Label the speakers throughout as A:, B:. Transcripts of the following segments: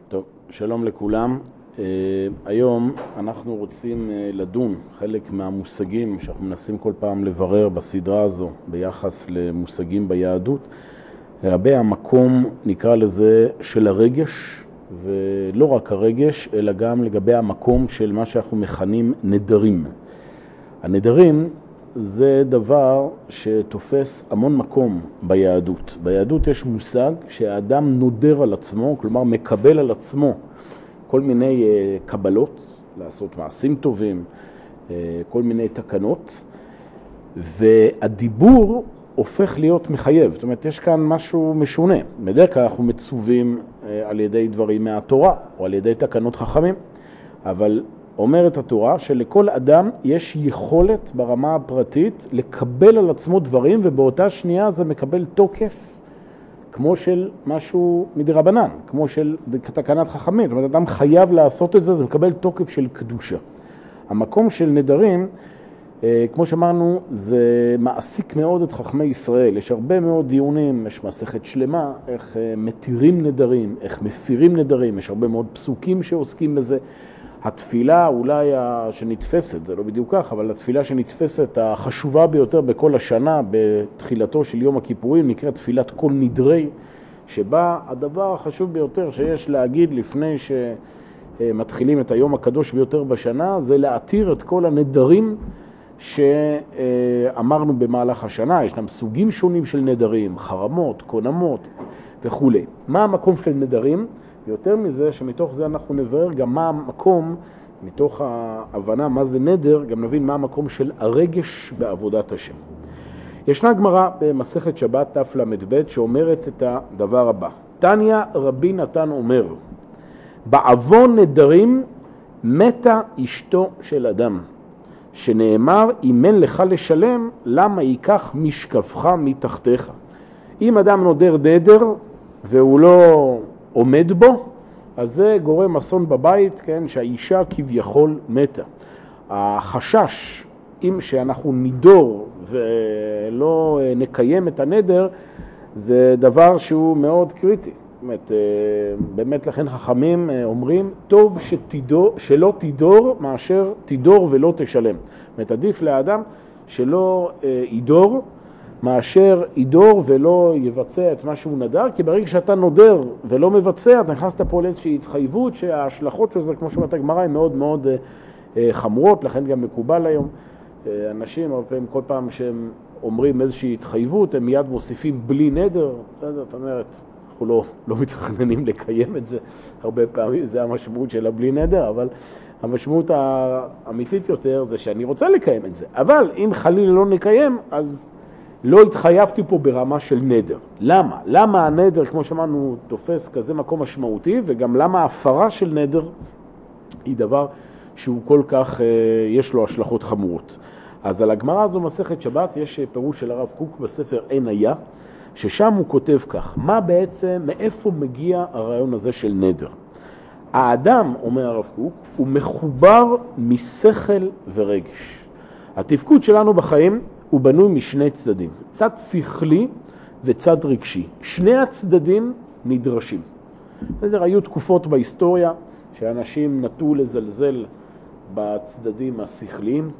A: טוב, שלום לכולם. היום אנחנו רוצים לדון חלק מהמושגים שאנחנו מנסים כל פעם לברר בסדרה הזו ביחס למושגים ביהדות, לגבי המקום, נקרא לזה, של הרגש, ולא רק הרגש, אלא גם לגבי המקום של מה שאנחנו מכנים נדרים. הנדרים זה דבר שתופס המון מקום ביהדות. ביהדות יש מושג שהאדם נודר על עצמו, כלומר מקבל על עצמו כל מיני קבלות, לעשות מעשים טובים, כל מיני תקנות, והדיבור הופך להיות מחייב. זאת אומרת, יש כאן משהו משונה. בדרך כלל אנחנו מצווים על ידי דברים מהתורה או על ידי תקנות חכמים, אבל אומרת התורה שלכל אדם יש יכולת ברמה הפרטית לקבל על עצמו דברים, ובאותה שנייה זה מקבל תוקף כמו של משהו מדרבנן, כמו של תקנת חכמים. זאת אומרת, אדם חייב לעשות את זה, זה מקבל תוקף של קדושה. המקום של נדרים, כמו שאמרנו, זה מעסיק מאוד את חכמי ישראל. יש הרבה מאוד דיונים, יש מסכת שלמה, איך מתירים נדרים, איך מפירים נדרים, יש הרבה מאוד פסוקים שעוסקים בזה. התפילה אולי שנתפסת, זה לא בדיוק כך, אבל התפילה שנתפסת החשובה ביותר בכל השנה, בתחילתו של יום הכיפורים, נקראת תפילת כל נדרי, שבה הדבר החשוב ביותר שיש להגיד לפני שמתחילים את היום הקדוש ביותר בשנה, זה להתיר את כל הנדרים שאמרנו במהלך השנה. ישנם סוגים שונים של נדרים, חרמות, קונמות וכו'. מה המקום של נדרים? ויותר מזה, שמתוך זה אנחנו נברר גם מה המקום, מתוך ההבנה מה זה נדר, גם נבין מה המקום של הרגש בעבודת השם. ישנה גמרא במסכת שבת תל"ב שאומרת את הדבר הבא. תניא רבי נתן אומר, בעוון נדרים מתה אשתו של אדם, שנאמר, אם אין לך לשלם, למה ייקח משכבך מתחתיך. אם אדם נודר נדר והוא לא עומד בו, אז זה גורם אסון בבית, כן, שהאישה כביכול מתה. החשש, אם שאנחנו נידור ולא נקיים את הנדר, זה דבר שהוא מאוד קריטי. באמת לכן חכמים אומרים, טוב שלא תידור מאשר תידור ולא תשלם. עדיף לאדם שלא ידור, מאשר ידור ולא יבצע את מה שהוא נדר, כי ברגע שאתה נודר ולא מבצע, אתה נכנסת פה לאיזושהי התחייבות שההשלכות של זה, כמו שאומרת הגמרא, הן מאוד מאוד חמורות, לכן גם מקובל היום. אנשים, כל פעם שהם אומרים איזושהי התחייבות, הם מיד מוסיפים בלי נדר, זאת אומרת, אנחנו לא מתכננים לקיים את זה הרבה פעמים, זה המשמעות של הבלי נדר, אבל המשמעות האמיתית יותר זה שאני רוצה לקיים את זה. אבל אם חלילה לא נקיים, אז לא התחייבתי פה ברמה של נדר. למה? למה הנדר, כמו שאמרנו, תופס כזה מקום משמעותי, וגם למה ההפרה של נדר היא דבר שהוא כל כך, יש לו השלכות חמורות. אז על הגמרא הזו מסכת שבת יש פירוש של הרב קוק בספר אין היה, ששם הוא כותב כך, מה בעצם, מאיפה מגיע הרעיון הזה של נדר? האדם, אומר הרב קוק, הוא מחובר משכל ורגש. התפקוד שלנו בחיים הוא בנוי משני צדדים, צד שכלי וצד רגשי. שני הצדדים נדרשים. היו תקופות בהיסטוריה שאנשים נטו לזלזל בצדדים השכליים,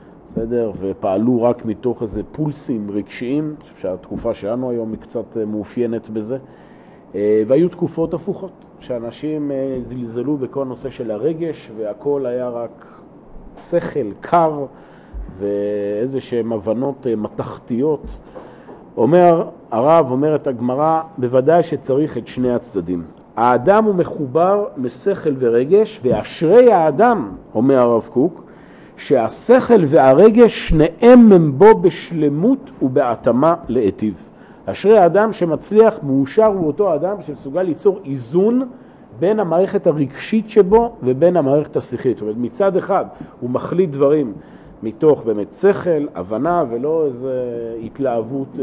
A: ופעלו רק מתוך איזה פולסים רגשיים, אני חושב שהתקופה שלנו היום היא קצת מאופיינת בזה, והיו תקופות הפוכות, שאנשים זלזלו בכל נושא של הרגש, והכל היה רק שכל, קר, ואיזה שהן הבנות מתחתיות. אומר הרב, אומרת הגמרא, בוודאי שצריך את שני הצדדים. האדם הוא מחובר משכל ורגש, ואשרי האדם, אומר הרב קוק, שהשכל והרגש שניהם הם בו בשלמות ובהתאמה להיטיב. אשרי האדם שמצליח, מאושר הוא אותו אדם שמסוגל ליצור איזון בין המערכת הרגשית שבו ובין המערכת השכלית. זאת אומרת, מצד אחד הוא מחליט דברים מתוך באמת שכל, הבנה, ולא איזו התלהבות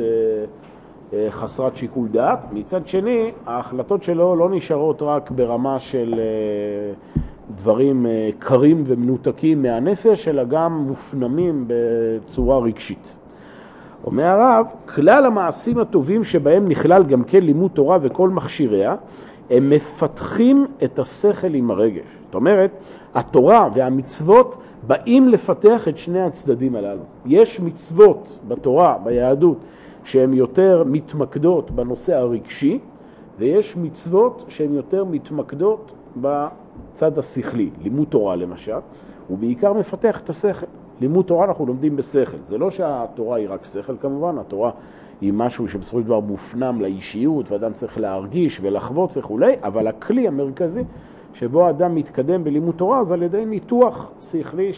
A: חסרת שיקול דעת. מצד שני, ההחלטות שלו לא נשארות רק ברמה של דברים קרים ומנותקים מהנפש, אלא גם מופנמים בצורה רגשית. אומר הרב, כלל המעשים הטובים שבהם נכלל גם כן לימוד תורה וכל מכשיריה, הם מפתחים את השכל עם הרגש. זאת אומרת, התורה והמצוות באים לפתח את שני הצדדים הללו. יש מצוות בתורה, ביהדות, שהן יותר מתמקדות בנושא הרגשי, ויש מצוות שהן יותר מתמקדות בצד השכלי, לימוד תורה למשל, ובעיקר מפתח את השכל. לימוד תורה אנחנו לומדים בשכל. זה לא שהתורה היא רק שכל כמובן, התורה היא משהו שבסופו של דבר מופנם לאישיות, ואדם צריך להרגיש ולחוות וכו', אבל הכלי המרכזי שבו האדם מתקדם בלימוד תורה, זה על ידי ניתוח שכלי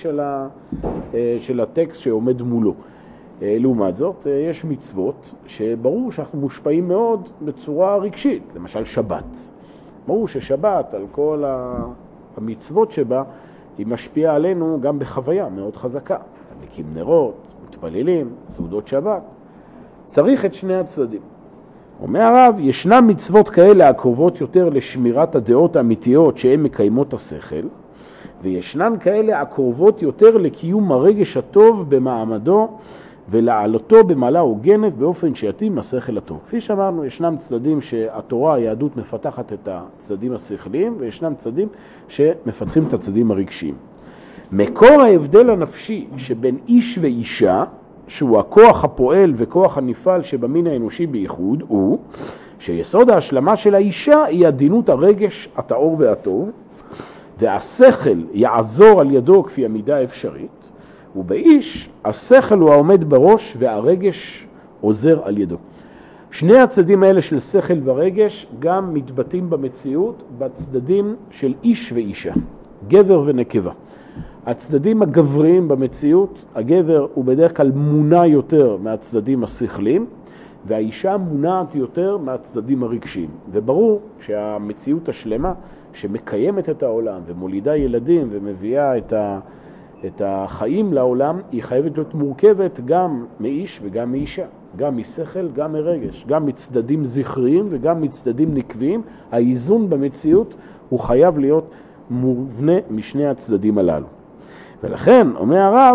A: של הטקסט שעומד מולו. לעומת זאת, יש מצוות שברור שאנחנו מושפעים מאוד בצורה רגשית, למשל שבת. ברור ששבת, על כל המצוות שבה, היא משפיעה עלינו גם בחוויה מאוד חזקה. מדליקים נרות, מתפללים, סעודות שבת. צריך את שני הצדדים. אומר הרב, ישנם מצוות כאלה הקרובות יותר לשמירת הדעות האמיתיות שהן מקיימות השכל, וישנן כאלה הקרובות יותר לקיום הרגש הטוב במעמדו ולעלותו במעלה הוגנת באופן שיתאים לשכל הטוב. כפי שאמרנו, ישנם צדדים שהתורה, היהדות מפתחת את הצדדים השכליים, וישנם צדדים שמפתחים את הצדדים הרגשיים. מקור ההבדל הנפשי שבין איש ואישה, שהוא הכוח הפועל וכוח הנפעל שבמין האנושי בייחוד, הוא שיסוד ההשלמה של האישה היא עדינות הרגש, הטהור והטוב, והשכל יעזור על ידו כפי המידה האפשרית, ובאיש השכל הוא העומד בראש והרגש עוזר על ידו. שני הצדדים האלה של שכל ורגש גם מתבטאים במציאות בצדדים של איש ואישה, גבר ונקבה. הצדדים הגבריים במציאות, הגבר הוא בדרך כלל מונע יותר מהצדדים השכליים, והאישה מונעת יותר מהצדדים הרגשיים. וברור שהמציאות השלמה שמקיימת את העולם ומולידה ילדים ומביאה את החיים לעולם, היא חייבת להיות מורכבת גם מאיש וגם מאישה, גם משכל, גם מרגש, גם מצדדים זכריים וגם מצדדים נקביים. האיזון במציאות הוא חייב להיות מובנה משני הצדדים הללו. ולכן, אומר הרב,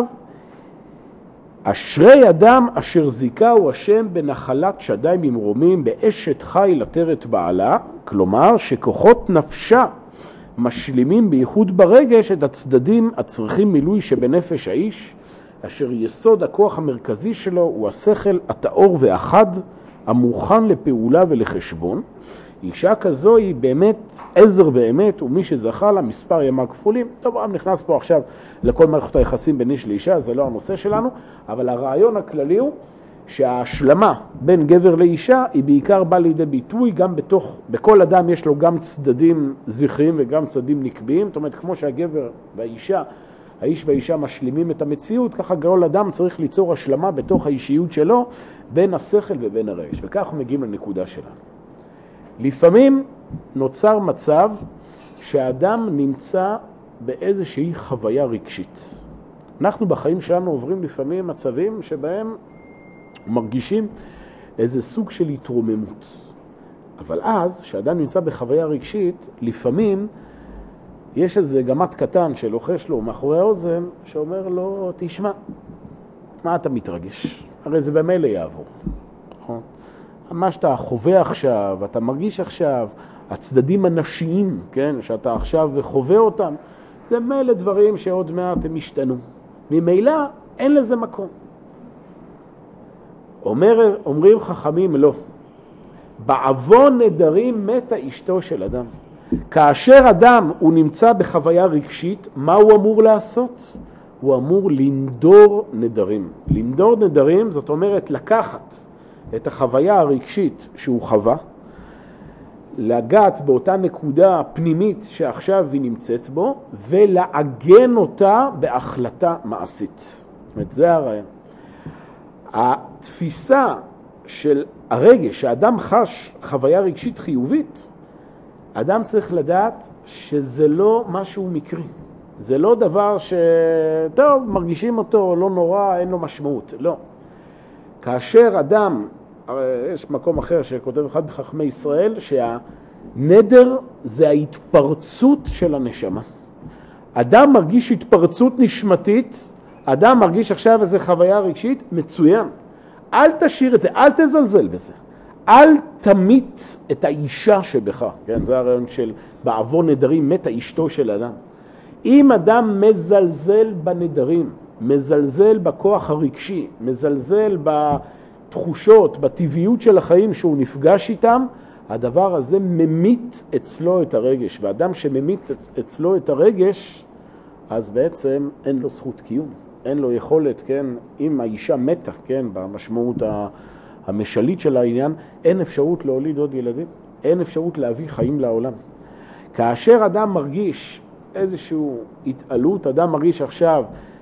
A: אשרי אדם אשר זיכהו השם בנחלת שדי ממרומים באשת חיל עטרת בעלה, כלומר שכוחות נפשה משלימים בייחוד ברגש את הצדדים הצריכים מילוי שבנפש האיש, אשר יסוד הכוח המרכזי שלו הוא השכל הטהור והחד, המוכן לפעולה ולחשבון. אישה כזו היא באמת עזר באמת, ומי שזכה לה מספר ימה כפולים. טוב, הרב נכנס פה עכשיו לכל מערכת היחסים בין איש לאישה, זה לא הנושא שלנו, אבל הרעיון הכללי הוא שההשלמה בין גבר לאישה היא בעיקר באה לידי ביטוי גם בכל אדם יש לו גם צדדים זכריים וגם צדדים נקביים. זאת אומרת, כמו שהגבר והאישה, האיש והאישה משלימים את המציאות, ככה כל אדם צריך ליצור השלמה בתוך האישיות שלו בין השכל ובין הרגש. וכך אנחנו מגיעים לנקודה שלנו. לפעמים נוצר מצב שהאדם נמצא באיזושהי חוויה רגשית. אנחנו בחיים שלנו עוברים לפעמים מצבים שבהם מרגישים איזה סוג של התרוממות. אבל אז, כשאדם נמצא בחוויה רגשית, לפעמים יש איזה גמת קטן שלוחש לו מאחורי האוזן, שאומר לו, תשמע, מה אתה מתרגש? הרי זה במילא יעבור. נכון? מה שאתה חווה עכשיו, אתה מרגיש עכשיו, הצדדים הנשיים, כן, שאתה עכשיו חווה אותם, זה מילא דברים שעוד מעט הם השתנו. ממילא אין לזה מקום. אומרים חכמים לא. בעוון נדרים מתה אשתו של אדם. כאשר אדם הוא נמצא בחוויה רגשית, מה הוא אמור לעשות? הוא אמור לנדור נדרים. לנדור נדרים זאת אומרת לקחת את החוויה הרגשית שהוא חווה, לגעת באותה נקודה פנימית שעכשיו היא נמצאת בו, ולעגן אותה בהחלטה מעשית. זאת אומרת, זה הרעיון. התפיסה של הרגש, שהאדם חש חוויה רגשית חיובית, אדם צריך לדעת שזה לא משהו מקרי. זה לא דבר שטוב, מרגישים אותו, לא נורא, אין לו משמעות. לא. כאשר אדם, יש מקום אחר שכותב אחד בחכמי ישראל, שהנדר זה ההתפרצות של הנשמה. אדם מרגיש התפרצות נשמתית, אדם מרגיש עכשיו איזו חוויה רגשית, מצוין. אל תשאיר את זה, אל תזלזל בזה. אל תמית את האישה שבך, כן? זה הרעיון של בעוון נדרים מתה אשתו של אדם. אם אדם מזלזל בנדרים, מזלזל בכוח הרגשי, מזלזל בתחושות, בטבעיות של החיים שהוא נפגש איתם, הדבר הזה ממית אצלו את הרגש. ואדם שממית אצלו את הרגש, אז בעצם אין לו זכות קיום. אין לו יכולת, כן? אם האישה מתה, כן? במשמעות המשלית של העניין, אין אפשרות להוליד עוד ילדים. אין אפשרות להביא חיים לעולם. כאשר אדם מרגיש איזושהי התעלות, אדם מרגיש עכשיו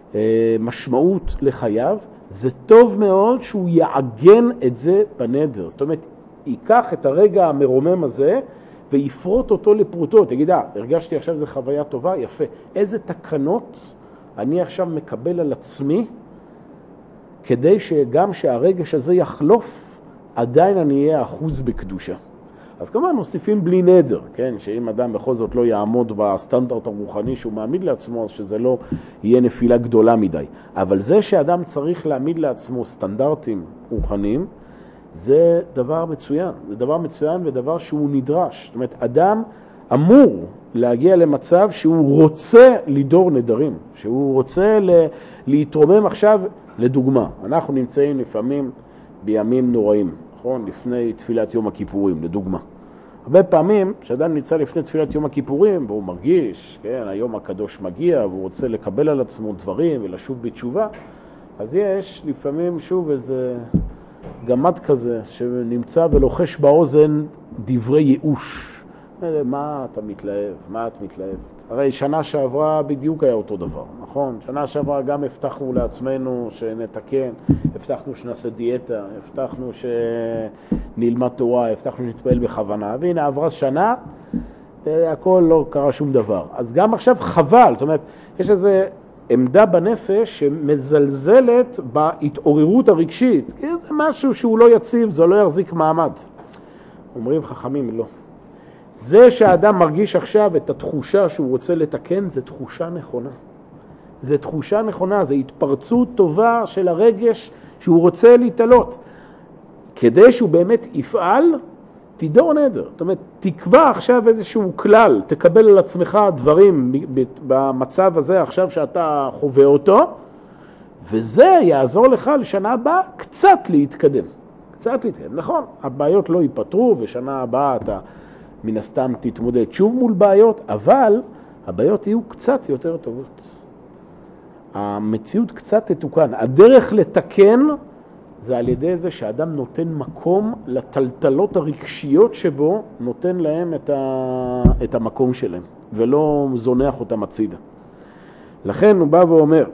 A: משמעות לחייו, זה טוב מאוד שהוא יעגן את זה בנדר. זאת אומרת, ייקח את הרגע המרומם הזה ויפרוט אותו לפרוטות. תגיד, הרגשתי עכשיו זו חוויה טובה, יפה. איזה תקנות אני עכשיו מקבל על עצמי, כדי שגם שהרגש הזה יחלוף, עדיין אני אהיה אחוז בקדושה. אז כמובן נוסיפים בלי נדר, כן? שאם אדם בכל זאת לא יעמוד בסטנדרט הרוחני שהוא מעמיד לעצמו, אז שזה לא יהיה נפילה גדולה מדי. אבל זה שאדם צריך להעמיד לעצמו סטנדרטים רוחניים, זה דבר מצוין. זה דבר מצוין ודבר שהוא נדרש. זאת אומרת, אדם אמור להגיע למצב שהוא רוצה לדור נדרים, שהוא רוצה להתרומם עכשיו. לדוגמה, אנחנו נמצאים לפעמים בימים נוראים, נכון? לפני תפילת יום הכיפורים, לדוגמה. הרבה פעמים, כשאדם נמצא לפני תפילת יום הכיפורים, והוא מרגיש, כן, היום הקדוש מגיע, והוא רוצה לקבל על עצמו דברים ולשוב בתשובה, אז יש לפעמים שוב איזה גמד כזה, שנמצא ולוחש באוזן דברי ייאוש. מה אתה מתלהב? מה את מתלהבת? הרי שנה שעברה בדיוק היה אותו דבר, נכון? שנה שעברה גם הבטחנו לעצמנו שנתקן, הבטחנו שנעשה דיאטה, הבטחנו שנלמד תורה, הבטחנו שנתפעל בכוונה, והנה עברה שנה, הכל לא קרה שום דבר. אז גם עכשיו חבל, זאת אומרת, יש איזו עמדה בנפש שמזלזלת בהתעוררות הרגשית, כי זה משהו שהוא לא יציב, זה לא יחזיק מעמד. אומרים חכמים, לא. זה שהאדם מרגיש עכשיו את התחושה שהוא רוצה לתקן, זה תחושה נכונה. זה תחושה נכונה, זה התפרצות טובה של הרגש שהוא רוצה להתעלות. כדי שהוא באמת יפעל, תדור נדר. זאת אומרת, תקבע עכשיו איזשהו כלל, תקבל על עצמך דברים במצב הזה עכשיו שאתה חווה אותו, וזה יעזור לך לשנה הבאה קצת להתקדם. קצת להתקדם. נכון, הבעיות לא ייפתרו, ושנה הבאה אתה מן הסתם תתמודד שוב מול בעיות, אבל הבעיות יהיו קצת יותר טובות. המציאות קצת תתוקן. הדרך לתקן זה על ידי זה שאדם נותן מקום לטלטלות הרגשיות שבו, נותן להם את המקום שלהם, ולא זונח אותם הצידה. לכן הוא בא ואומר,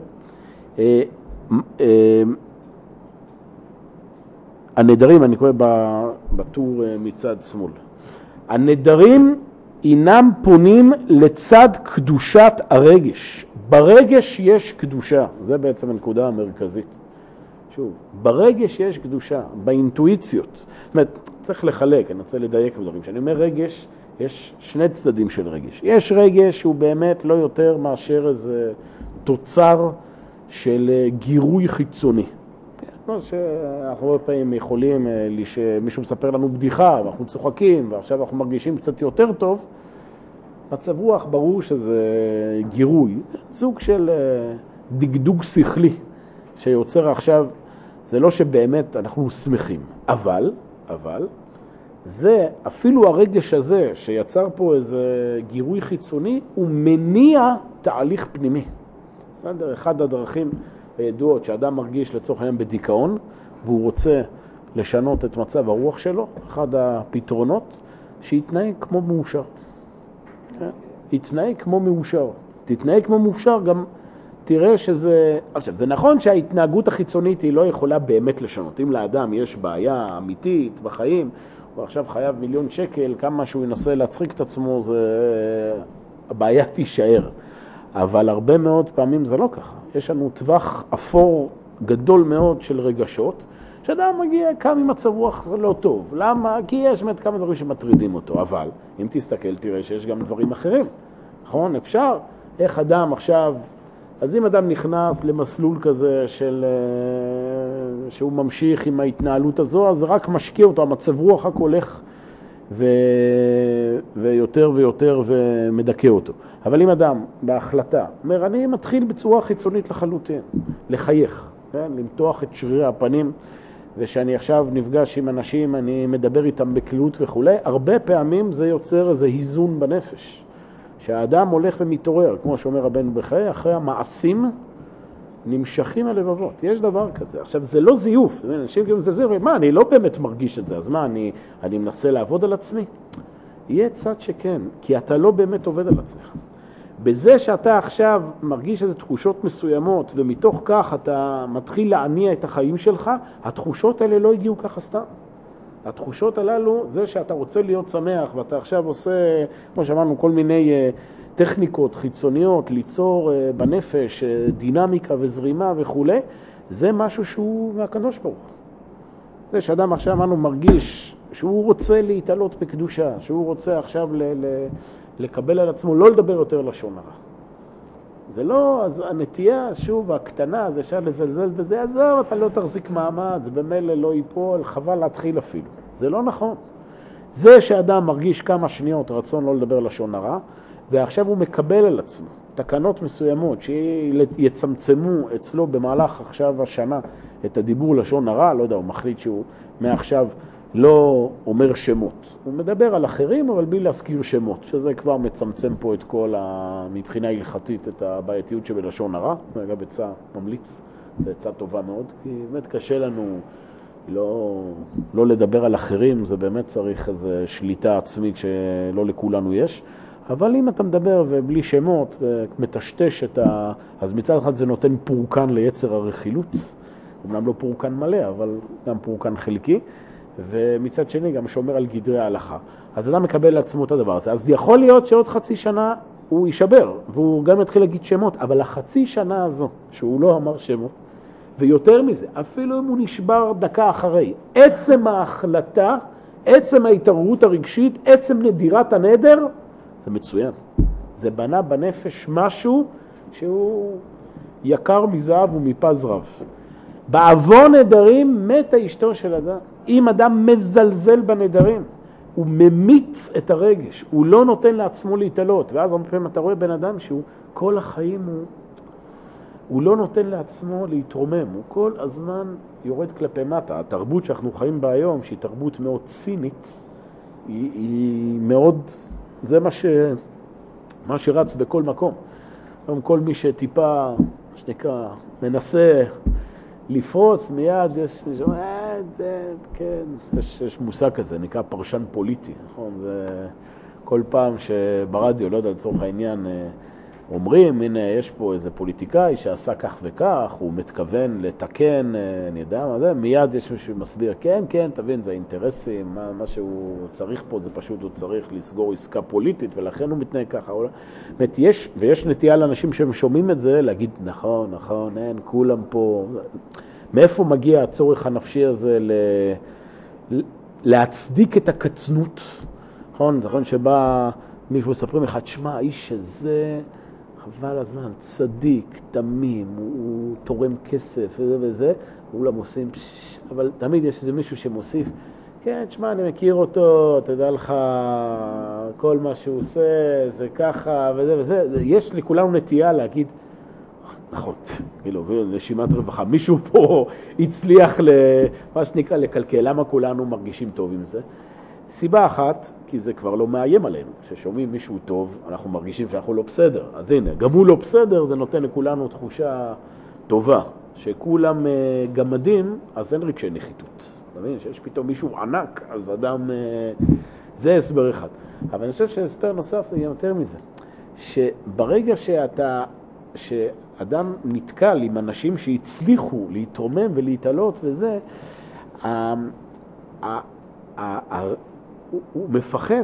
A: הנדרים, אני קורא בטור מצד שמאל, הנדרים אינם פונים לצד קדושת הרגש. ברגש יש קדושה, זה בעצם הנקודה המרכזית. שוב, ברגש יש קדושה, באינטואיציות. זאת אומרת, צריך לחלק, אני רוצה לדייק בדברים. כשאני אומר רגש, יש שני צדדים של רגש. יש רגש שהוא באמת לא יותר מאשר איזה תוצר של גירוי חיצוני. כמו שאנחנו הרבה פעמים יכולים, שמישהו מספר לנו בדיחה, ואנחנו צוחקים, ועכשיו אנחנו מרגישים קצת יותר טוב, מצב רוח ברור שזה גירוי, סוג של דגדוג שכלי, שיוצר עכשיו, זה לא שבאמת אנחנו שמחים, אבל, זה, אפילו הרגש הזה שיצר פה איזה גירוי חיצוני, הוא מניע תהליך פנימי. בסדר? אחד הדרכים הידועות שאדם מרגיש לצורך העניין בדיכאון, והוא רוצה לשנות את מצב הרוח שלו, אחד הפתרונות, שיתנהג כמו מאושר. יתנהג כמו מאושר. תתנהג כמו מאושר, גם תראה שזה... עכשיו, זה נכון שההתנהגות החיצונית היא לא יכולה באמת לשנות. אם לאדם יש בעיה אמיתית בחיים, הוא עכשיו חייב 1,000,000 שקל, כמה שהוא ינסה להצחיק את עצמו, הבעיה תישאר. אבל הרבה מאוד פעמים זה לא ככה. יש לנו טווח אפור גדול מאוד של רגשות, שאדם מגיע קם עם מצב רוח לא טוב. למה? כי יש באמת כמה דברים שמטרידים אותו. אבל אם תסתכל, תראה שיש גם דברים אחרים. נכון? אפשר. איך אדם עכשיו... אז אם אדם נכנס למסלול כזה של שהוא ממשיך עם ההתנהלות הזו, אז זה רק משקיע אותו, המצב רוח רק הולך ויותר ויותר ומדכא אותו. אבל אם אדם בהחלטה אומר, אני מתחיל בצורה חיצונית לחלוטין, לחייך, כן? למתוח את שרירי הפנים, ושאני עכשיו נפגש עם אנשים, אני מדבר איתם בקלות וכו', הרבה פעמים זה יוצר איזה היזון בנפש. שהאדם הולך ומתעורר, כמו שאומר הבן בחיי, אחרי המעשים נמשכים הלבבות. יש דבר כזה. עכשיו, זה לא זיוף. אנשים כאילו זה זיוף, מה, אני לא באמת מרגיש את זה, אז מה, אני מנסה לעבוד על עצמי? יהיה צד שכן, כי אתה לא באמת עובד על עצמך. בזה שאתה עכשיו מרגיש איזה תחושות מסוימות, ומתוך כך אתה מתחיל להניע את החיים שלך, התחושות האלה לא הגיעו ככה סתם. התחושות הללו, זה שאתה רוצה להיות שמח, ואתה עכשיו עושה, כמו שאמרנו, כל מיני טכניקות חיצוניות, ליצור בנפש דינמיקה וזרימה וכו', זה משהו שהוא מהקדוש ברוך הוא. זה שאדם עכשיו אמרנו מרגיש שהוא רוצה להתעלות בקדושה, שהוא רוצה עכשיו לקבל על עצמו, לא לדבר יותר לשון הרע. זה לא, אז הנטייה, שוב, הקטנה, זה אפשר לזלזל בזה, עזוב, אתה לא תחזיק מעמד, זה במילא לא ייפול, חבל להתחיל אפילו. זה לא נכון. זה שאדם מרגיש כמה שניות רצון לא לדבר לשון הרע, ועכשיו הוא מקבל על עצמו תקנות מסוימות שיצמצמו אצלו במהלך עכשיו השנה את הדיבור לשון הרע, לא יודע, הוא מחליט שהוא מעכשיו לא אומר שמות. הוא מדבר על אחרים, אבל בלי להזכיר שמות, שזה כבר מצמצם פה את כל, מבחינה הלכתית, את הבעייתיות שבלשון הרע. אגב, עצה ממליץ, זו עצה טובה מאוד, כי באמת קשה לנו לא לדבר על אחרים, זה באמת צריך איזו שליטה עצמית שלא לכולנו יש. אבל אם אתה מדבר ובלי שמות ומטשטש אז מצד אחד זה נותן פורקן ליצר הרכילות, אומנם לא פורקן מלא, אבל גם פורקן חלקי, ומצד שני גם שומר על גדרי ההלכה. אז אדם מקבל לעצמו את הדבר הזה. אז יכול להיות שעוד חצי שנה הוא יישבר, והוא גם יתחיל להגיד שמות, אבל החצי שנה הזו, שהוא לא אמר שמות, ויותר מזה, אפילו אם הוא נשבר דקה אחרי, עצם ההחלטה, עצם ההתעוררות הרגשית, עצם נדירת הנדר, זה מצוין. זה בנה בנפש משהו שהוא יקר מזהב ומפז רב. בעוון נדרים מתה אשתו של אדם. אם אדם מזלזל בנדרים, הוא ממיץ את הרגש, הוא לא נותן לעצמו להתעלות. ואז הרבה פעמים אתה רואה בן אדם שהוא כל החיים הוא לא נותן לעצמו להתרומם, הוא כל הזמן יורד כלפי מטה. התרבות שאנחנו חיים בה היום, שהיא תרבות מאוד צינית, היא מאוד, זה מה שרץ בכל מקום. כל מי שטיפה, מה שנקרא, מנסה לפרוץ מיד, יש מושג כזה, נקרא פרשן פוליטי, נכון? זה כל פעם שברדיו, לא יודע, לצורך העניין, אומרים, הנה, יש פה איזה פוליטיקאי שעשה כך וכך, הוא מתכוון לתקן, אני יודע מה זה, מיד יש מישהו שמסביר, כן, כן, תבין, זה אינטרסים, מה שהוא צריך פה זה פשוט, הוא צריך לסגור עסקה פוליטית, ולכן הוא מתנהג ככה. ויש נטייה לאנשים שהם שומעים את זה, להגיד, נכון, נכון, אין, כולם פה. מאיפה מגיע הצורך הנפשי הזה להצדיק את הקצנות? נכון שבא מישהו מספרים לך, תשמע, האיש הזה, חבל הזמן, צדיק, תמים, הוא תורם כסף וזה וזה, אולם עושים, אבל תמיד יש איזה מישהו שמוסיף, כן, תשמע, אני מכיר אותו, תדע לך, כל מה שהוא עושה, זה ככה וזה וזה, יש לכולנו נטייה להגיד, נכון, כאילו, נשימת רווחה, מישהו פה הצליח מה שנקרא לקלקל, למה כולנו מרגישים טוב עם זה? סיבה אחת, כי זה כבר לא מאיים עלינו. כששומעים מישהו טוב, אנחנו מרגישים שאנחנו לא בסדר. אז הנה, גם הוא לא בסדר, זה נותן לכולנו תחושה טובה. שכולם גמדים, אז אין רגשי נחיתות. אתה מבין? שיש פתאום מישהו ענק, אז אדם... זה הסבר אחד. אבל אני חושב שהסבר נוסף זה יותר מזה. שברגע שאדם נתקל עם אנשים שהצליחו להתרומם ולהתעלות וזה, הוא מפחד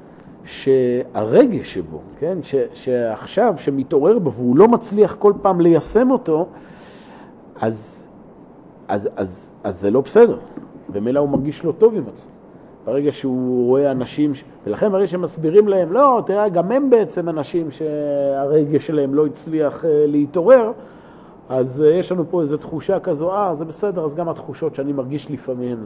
A: שהרגש שבו, כן? שעכשיו שמתעורר בו והוא לא מצליח כל פעם ליישם אותו, אז זה לא בסדר. במילא הוא מרגיש לא טוב עם עצמו. ברגע שהוא רואה אנשים, ולכן ברגע שמסבירים להם, לא, תראה, גם הם בעצם אנשים שהרגש שלהם לא הצליח להתעורר, אז יש לנו פה איזו תחושה כזו, זה בסדר, אז גם התחושות שאני מרגיש לפעמים,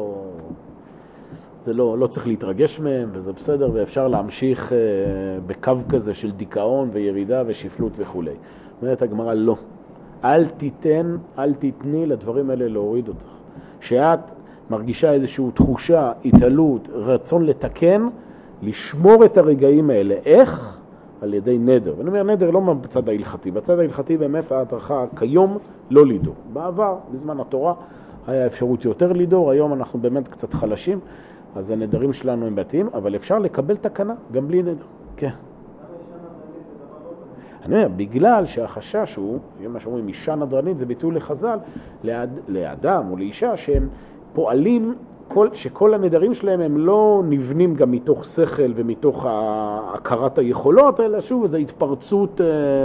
A: זה לא צריך להתרגש מהם, וזה בסדר, ואפשר להמשיך בקו כזה של דיכאון וירידה ושפלות וכו'. אומרת הגמרא, לא. אל תתני לדברים האלה להוריד אותך. שאת מרגישה איזושהי תחושה, התעלות, רצון לתקן, לשמור את הרגעים האלה. איך? על ידי נדר. ואני אומר, נדר לא בצד ההלכתי. בצד ההלכתי באמת ההדרכה כיום לא לידור. בעבר, בזמן התורה, היה אפשרות יותר לידור. היום אנחנו באמת קצת חלשים, אז הנדרים שלנו הם בעתיים, אבל אפשר לקבל תקנה גם בלי נדר. כן. אני אומר, בגלל שהחשש הוא, מה שאומרים, אישה נדרנית, זה ביטוי לחז"ל, לאדם או לאישה שהם פועלים, שכל הנדרים שלהם הם לא נבנים גם מתוך שכל ומתוך הכרת היכולות, אלא שוב, זו התפרצות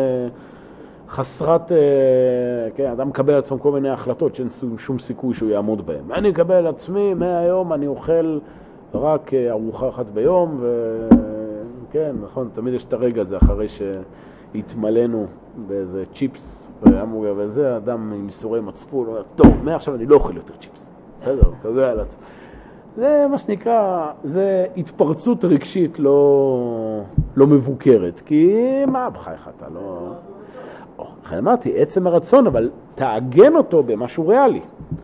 A: חסרת, כן, אדם מקבל על עצמו כל מיני החלטות שאין שום סיכוי שהוא יעמוד בהן. אני אקבל על עצמי, מהיום אני אוכל רק ארוחה אחת ביום, וכן, נכון, תמיד יש את הרגע הזה אחרי שהתמלאנו באיזה צ'יפס והמבורגר וזה, אדם עם ייסורי מצפון, אומר, טוב, מעכשיו אני לא אוכל יותר צ'יפס. בסדר, קבל על עצמו. זה מה שנקרא, זה התפרצות רגשית לא מבוקרת, כי מה בחייך אתה לא... לכן אמרתי, עצם הרצון, אבל תעגן אותו במשהו ריאלי.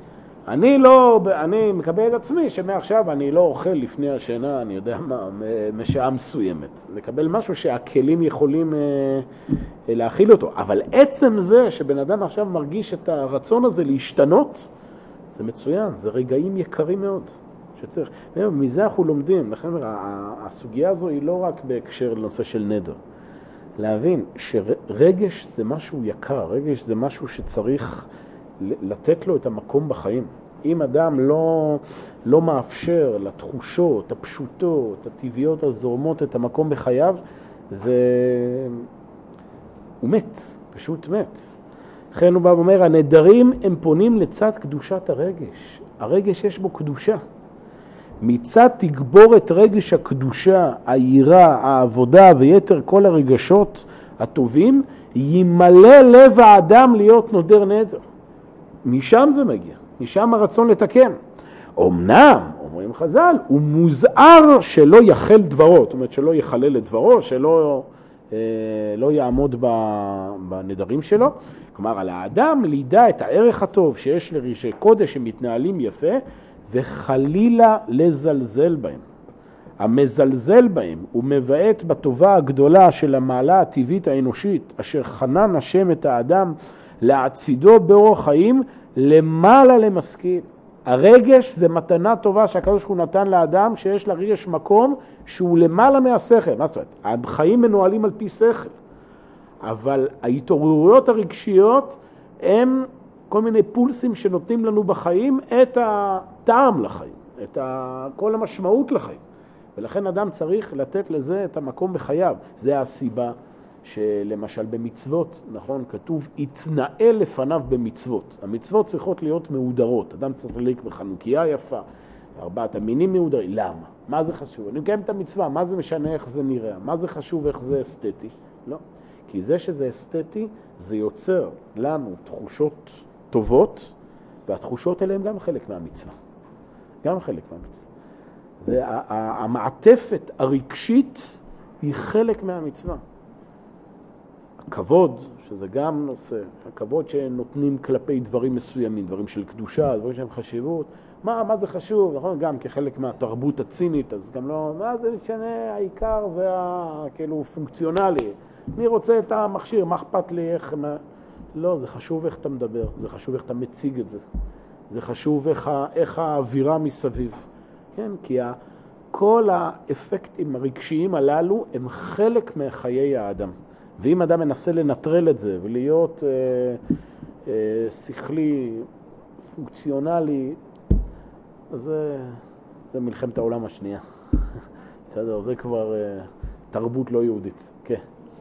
A: אני מקבל על עצמי שמעכשיו אני לא אוכל לפני השינה, אני יודע מה, משעה מסוימת. לקבל משהו שהכלים יכולים להכיל אותו. אבל עצם זה שבן אדם עכשיו מרגיש את הרצון הזה להשתנות, זה מצוין, זה רגעים יקרים מאוד שצריך. מזה אנחנו לומדים, לכן הסוגיה הזו היא לא רק בהקשר לנושא של נדר. להבין שרגש זה משהו יקר, רגש זה משהו שצריך לתת לו את המקום בחיים. אם אדם לא מאפשר לתחושות, הפשוטות, הטבעיות הזורמות את המקום בחייו, הוא מת, פשוט מת. לכן הוא בא ואומר, הנדרים הם פונים לצד קדושת הרגש. הרגש יש בו קדושה. מצד תגבור את רגש הקדושה, היראה, העבודה ויתר כל הרגשות הטובים, ימלא לב האדם להיות נודר נדר. משם זה מגיע, משם הרצון לתקן. אמנם, אומרים חז"ל, הוא מוזהר שלא יחל דברו, זאת אומרת שלא יחלל את דברו, שלא לא יעמוד בנדרים שלו. כלומר, על האדם לידע את הערך הטוב שיש לרישי קודש שמתנהלים יפה, וחלילה לזלזל בהם. המזלזל בהם הוא מבעט בטובה הגדולה של המעלה הטבעית האנושית, אשר חנן השם את האדם להצידו באורח חיים למעלה למשכיל. הרגש זה מתנה טובה שהקדוש ברוך הוא נתן לאדם, שיש לרגש מקום שהוא למעלה מהשכל. מה זאת אומרת? החיים מנוהלים על פי שכל, אבל ההתעוררויות הרגשיות הם כל מיני פולסים שנותנים לנו בחיים את הטעם לחיים, את כל המשמעות לחיים. ולכן אדם צריך לתת לזה את המקום בחייו. זה הסיבה שלמשל במצוות, נכון, כתוב, יתנאה לפניו במצוות. המצוות צריכות להיות מהודרות. אדם צריך להליק בחנוכיה יפה, 4 המינים מהודרים. למה? מה זה חשוב? אני מקיים את המצווה, מה זה משנה איך זה נראה? מה זה חשוב איך זה אסתטי? לא. כי זה שזה אסתטי, זה יוצר לנו תחושות טובות, והתחושות האלה הן גם חלק מהמצווה. גם חלק מהמצווה. המעטפת הרגשית היא חלק מהמצווה. הכבוד, שזה גם נושא, הכבוד שנותנים כלפי דברים מסוימים, דברים של קדושה, דברים שהם חשיבות. מה זה חשוב? נכון? גם כחלק מהתרבות הצינית, אז גם לא, מה זה משנה, העיקר זה כאילו פונקציונלי. מי רוצה את המכשיר? מה אכפת לי? לא, זה חשוב איך אתה מדבר, זה חשוב איך אתה מציג את זה. זה חשוב איך האווירה מסביב. כן? כי כל האפקטים הרגשיים הללו הם חלק מחיי האדם. ואם אדם מנסה לנטרל את זה ולהיות שכלי, פונקציונלי, אז זה מלחמת העולם השנייה. בסדר, זה כבר תרבות לא יהודית. כן.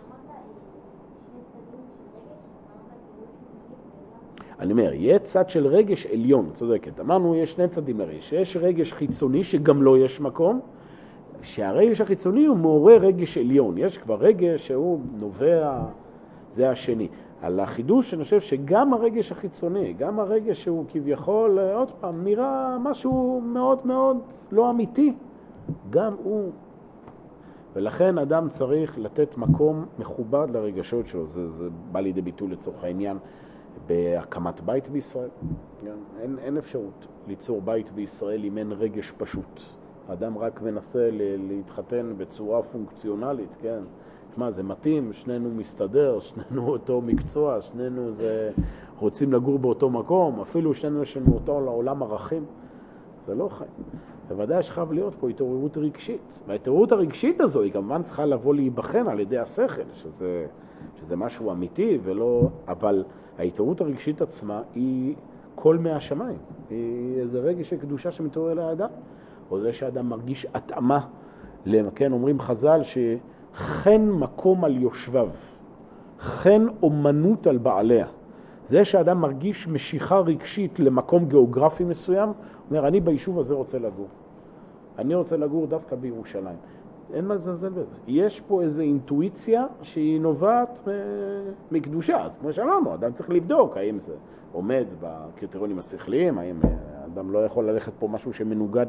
A: אני אומר, יהיה צד של רגש עליון, צודקת. אמרנו, יש 2 צדים לרגש. יש רגש חיצוני שגם לא יש מקום, שהרגש החיצוני הוא מעורר רגש עליון. יש כבר רגש שהוא נובע, זה השני. על החידוש אני חושב שגם הרגש החיצוני, גם הרגש שהוא כביכול, עוד פעם, נראה משהו מאוד מאוד לא אמיתי, גם הוא. ולכן אדם צריך לתת מקום מכובד לרגשות שלו. זה בא לידי ביטוי לצורך העניין בהקמת בית בישראל. אין אפשרות ליצור בית בישראל אם אין רגש פשוט. האדם רק מנסה להתחתן בצורה פונקציונלית, כן? מה, זה מתאים, שנינו מסתדר, שנינו אותו מקצוע, שנינו רוצים לגור באותו מקום, אפילו שנינו יש לנו אותו לעולם ערכים. זה לא חיים. בוודאי שחייב להיות פה התעוררות רגשית. וההתעוררות הרגשית הזו היא כמובן צריכה לבוא להיבחן על ידי השכל, שזה משהו אמיתי ולא, אבל ההתעוררות הרגשית עצמה היא כל מהשמיים. היא איזה רגש של קדושה שמתעורר לאדם. או זה שאדם מרגיש התאמה, כן, אומרים חז"ל שכן מקום על יושביו, כן אומנות על בעליה. זה שאדם מרגיש משיכה רגשית למקום גיאוגרפי מסוים, אומר, אני ביישוב הזה רוצה לגור. אני רוצה לגור דווקא בירושלים. אין מה לזלזל בזה. יש פה איזו אינטואיציה שהיא נובעת מקדושה. אז כמו שאמרנו, אדם צריך לבדוק האם זה עומד בקריטריונים השכליים, האם אדם לא יכול ללכת פה משהו שמנוגד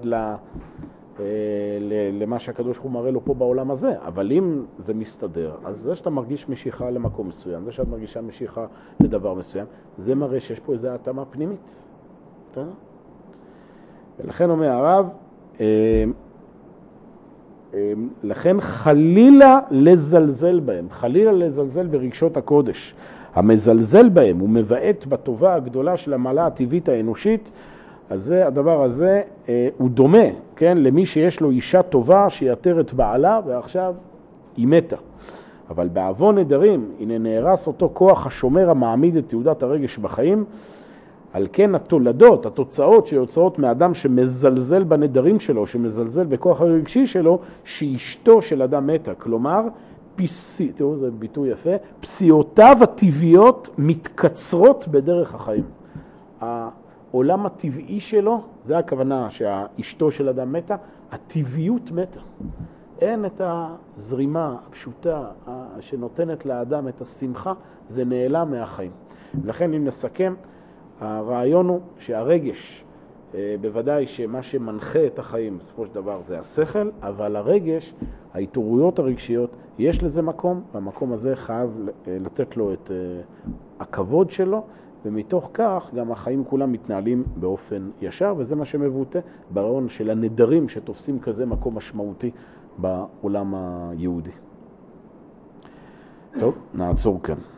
A: למה שהקדוש הוא מראה לו פה בעולם הזה. אבל אם זה מסתדר, אז זה שאתה מרגיש משיכה למקום מסוים, זה שאת מרגישה משיכה לדבר מסוים, זה מראה שיש פה איזו התאמה פנימית. ולכן אומר הרב, לכן חלילה לזלזל בהם, חלילה לזלזל ברגשות הקודש. המזלזל בהם הוא מבעט בטובה הגדולה של המעלה הטבעית האנושית, אז הדבר הזה הוא דומה, כן, למי שיש לו אישה טובה שיתר את בעלה ועכשיו היא מתה. אבל בעוון נדרים, הנה נהרס אותו כוח השומר המעמיד את תעודת הרגש בחיים, על כן התולדות, התוצאות שיוצאות מאדם שמזלזל בנדרים שלו, שמזלזל בכוח הרגשי שלו, שאשתו של אדם מתה. כלומר, תראו, זה ביטוי יפה, פסיעותיו הטבעיות מתקצרות בדרך החיים. העולם הטבעי שלו, זה הכוונה שהאשתו של אדם מתה, הטבעיות מתה. אין את הזרימה הפשוטה שנותנת לאדם את השמחה, זה נעלם מהחיים. לכן אם נסכם, הרעיון הוא שהרגש, בוודאי שמה שמנחה את החיים בסופו של דבר זה השכל, אבל הרגש, ההתעוררויות הרגשיות, יש לזה מקום, והמקום הזה חייב לתת לו את הכבוד שלו, ומתוך כך גם החיים כולם מתנהלים באופן ישר, וזה מה שמבוטא ברעיון של הנדרים שתופסים כזה מקום משמעותי בעולם היהודי. טוב, נעצור כאן.